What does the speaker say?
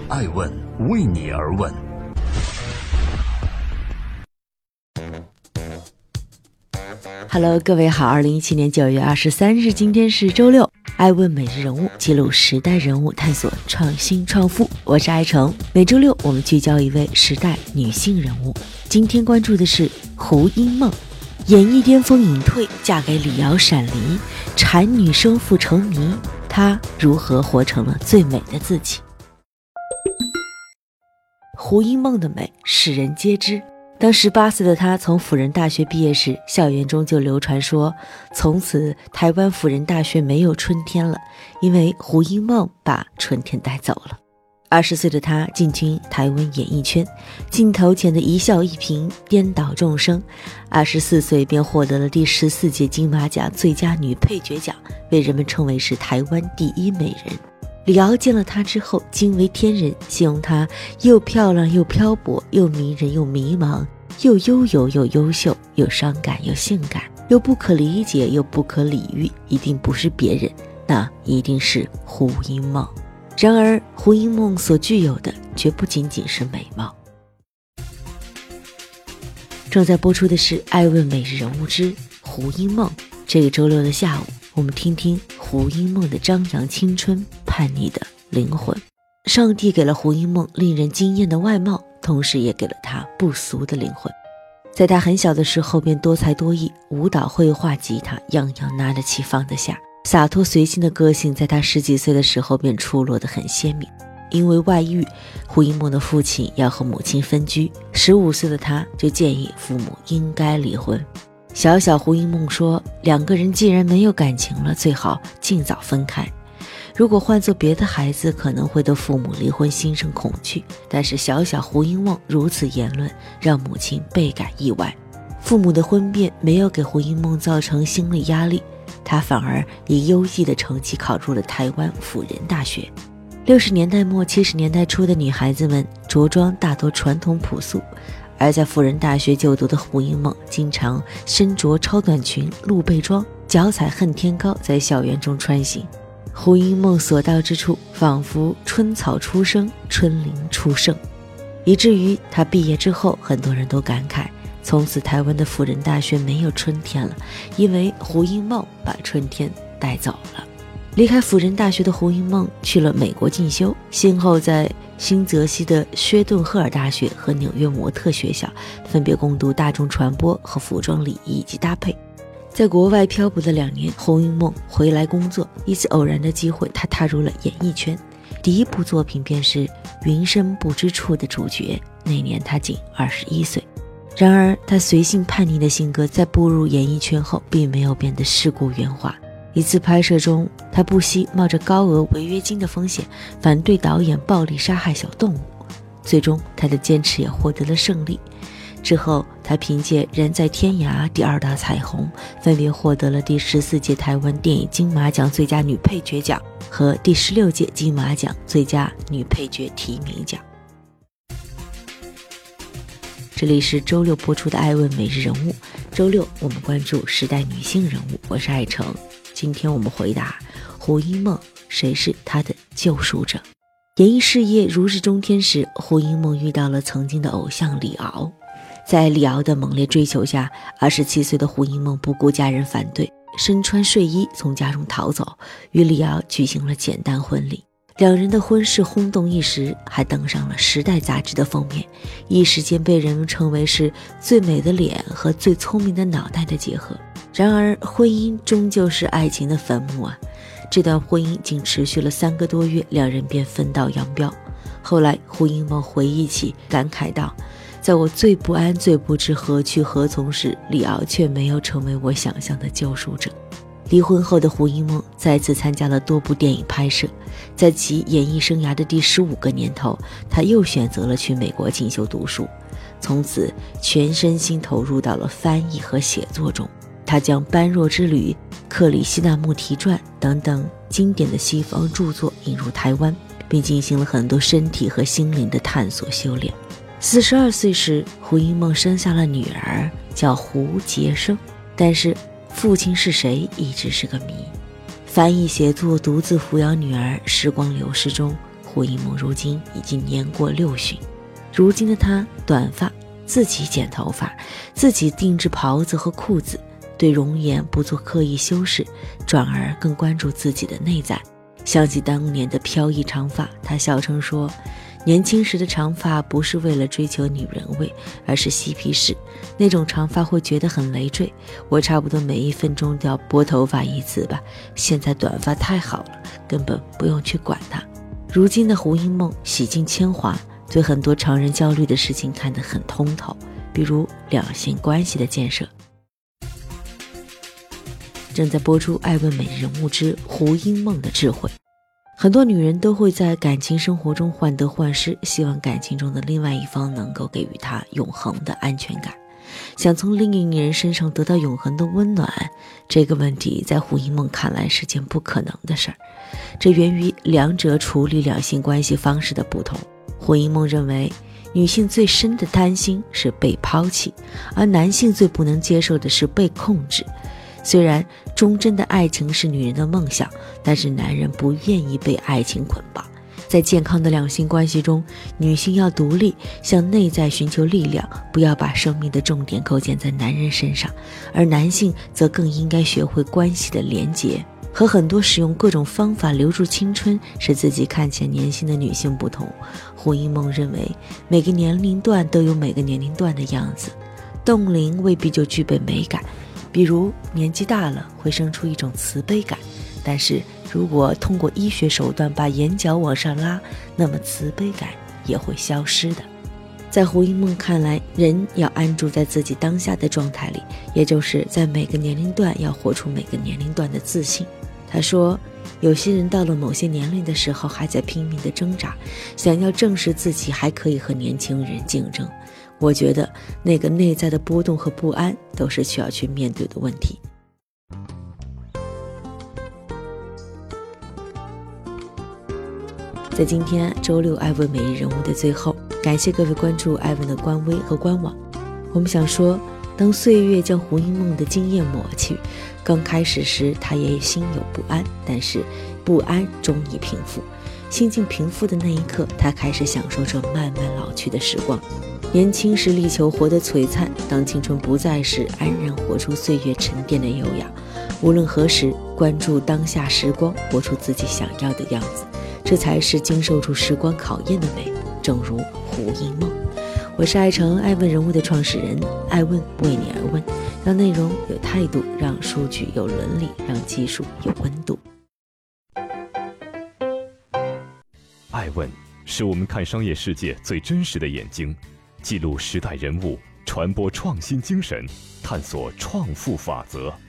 爱问为你而问。 Hello， 各位好，2017年9月23日，今天是周六。爱问每日人物，记录时代人物，探索创新创富。我是爱成，每周六我们聚焦一位时代女性人物。今天关注的是胡因梦，演艺巅峰隐退，嫁给李敖闪离，产女生父成谜，她如何活成了最美的自己？胡因梦的美，世人皆知。当18岁的她从辅仁大学毕业时，校园中就流传说，从此台湾辅仁大学没有春天了，因为胡因梦把春天带走了。20岁的她进军台湾演艺圈，镜头前的一笑一颦颠倒众生。24岁便获得了第14届金马奖最佳女配角奖，被人们称为是台湾第一美人。李敖见了她之后惊为天人，形容她又漂亮又漂泊，又迷人又迷茫，又悠游又优秀，又伤感又性感，又不可理解又不可理喻，一定不是别人，那一定是胡因梦。然而胡因梦所具有的绝不仅仅是美貌。正在播出的是爱问每日人物之胡因梦。这个周六的下午，我们听听胡因梦的张扬青春，叛逆的灵魂。上帝给了胡因梦令人惊艳的外貌，同时也给了她不俗的灵魂。在她很小的时候便多才多艺，舞蹈、绘画、吉他样样拿得起放得下。洒脱随性的个性在她10几岁的时候便出落得很鲜明。因为外遇，胡因梦的父亲要和母亲分居，15岁的她就建议父母应该离婚。小胡因梦说，两个人既然没有感情了，最好尽早分开。如果换做别的孩子，可能会对父母离婚心生恐惧，但是小胡因梦如此言论，让母亲倍感意外。父母的婚变没有给胡因梦造成心理压力，她反而以优异的成绩考入了台湾辅仁大学。60年代末70年代初的女孩子们着装大多传统朴素，而在辅仁大学就读的胡因梦经常身着超短裙、露背装，脚踩恨天高，在校园中穿行。胡因梦所到之处，仿佛春草初生，春林初盛，以至于她毕业之后，很多人都感慨，从此台湾的辅仁大学没有春天了，因为胡因梦把春天带走了。离开辅仁大学的胡因梦去了美国进修，先后在新泽西的薛顿赫尔大学和纽约模特学校分别攻读大众传播和服装礼仪以及搭配。在国外漂泊的2年，胡因梦回来工作，一次偶然的机会，她踏入了演艺圈。第一部作品便是《云深不知处》的主角，那年她仅21岁。然而她随性叛逆的性格在步入演艺圈后并没有变得世故圆滑。一次拍摄中，她不惜冒着高额违约金的风险，反对导演暴力杀害小动物，最终她的坚持也获得了胜利。之后她凭借《人在天涯》第2道彩虹，分别获得了第14届台湾电影金马奖最佳女配角奖和第16届金马奖最佳女配角提名奖。这里是周六播出的爱问每日人物，周六我们关注时代女性人物，我是爱成。今天我们回答胡因梦，谁是她的救赎者？演艺事业如日中天时，胡因梦遇到了曾经的偶像李敖。在李敖的猛烈追求下，27岁的胡因梦不顾家人反对，身穿睡衣从家中逃走，与李敖举行了简单婚礼。两人的婚事轰动一时，还登上了《时代》杂志的封面，一时间被人们称为是最美的脸和最聪明的脑袋的结合。然而婚姻终究是爱情的坟墓啊！这段婚姻仅持续了3个多月，两人便分道扬镳。后来胡因梦回忆起，感慨道，在我最不安最不知何去何从时，李敖却没有成为我想象的救赎者。离婚后的胡因梦再次参加了多部电影拍摄，在其演艺生涯的第15个年头，她又选择了去美国进修读书，从此全身心投入到了翻译和写作中。她将《般若之旅》、克里希那穆提传等等经典的西方著作引入台湾，并进行了很多身体和心灵的探索修炼。42岁时，胡因梦生下了女儿，叫胡洁生，但是父亲是谁一直是个谜。翻译写作，独自抚养女儿，时光流逝中，胡胡因梦如今已经年过60，如今的她短发，自己剪头发，自己定制袍子和裤子，对容颜不做刻意修饰，转而更关注自己的内在。想起当年的飘逸长发，她笑称说，年轻时的长发不是为了追求女人味，而是嬉皮士，那种长发会觉得很累赘，我差不多每1分钟都要拨头发一次吧，现在短发太好了，根本不用去管它。如今的胡因梦洗尽铅华，对很多常人焦虑的事情看得很通透，比如两性关系的建设。正在播出艾问每日人物之胡因梦的智慧。很多女人都会在感情生活中患得患失，希望感情中的另外一方能够给予她永恒的安全感，想从另一个人身上得到永恒的温暖。这个问题在胡因梦看来是件不可能的事儿，这源于两者处理两性关系方式的不同。胡因梦认为，女性最深的担心是被抛弃，而男性最不能接受的是被控制。虽然忠贞的爱情是女人的梦想，但是男人不愿意被爱情捆绑。在健康的两性关系中，女性要独立，向内在寻求力量，不要把生命的重点构建在男人身上，而男性则更应该学会关系的连结。和很多使用各种方法留住青春，使自己看起来年轻的女性不同，胡因梦认为，每个年龄段都有每个年龄段的样子，冻龄未必就具备美感。比如年纪大了会生出一种慈悲感，但是如果通过医学手段把眼角往上拉，那么慈悲感也会消失的。在胡因梦看来，人要安住在自己当下的状态里，也就是在每个年龄段要活出每个年龄段的自信。他说，有些人到了某些年龄的时候还在拼命的挣扎，想要证实自己还可以和年轻人竞争。我觉得那个内在的波动和不安都是需要去面对的问题。在今天周六艾问每日人物的最后，感谢各位关注艾问的官微和官网。我们想说，当岁月将胡因梦的经验抹去，刚开始时他也心有不安，但是不安终已平复。心境平复的那一刻，他开始享受着慢慢老去的时光。年轻时力求活得璀璨，当青春不在时，安然活出岁月沉淀的优雅。无论何时，关注当下时光，活出自己想要的样子，这才是经受住时光考验的美。正如胡因梦。我是爱成爱问人物的创始人，爱问为你而问，让内容有态度，让数据有伦理，让技术有温度。 爱问是我们看商业世界最真实的眼睛，记录时代人物，传播创新精神，探索创富法则。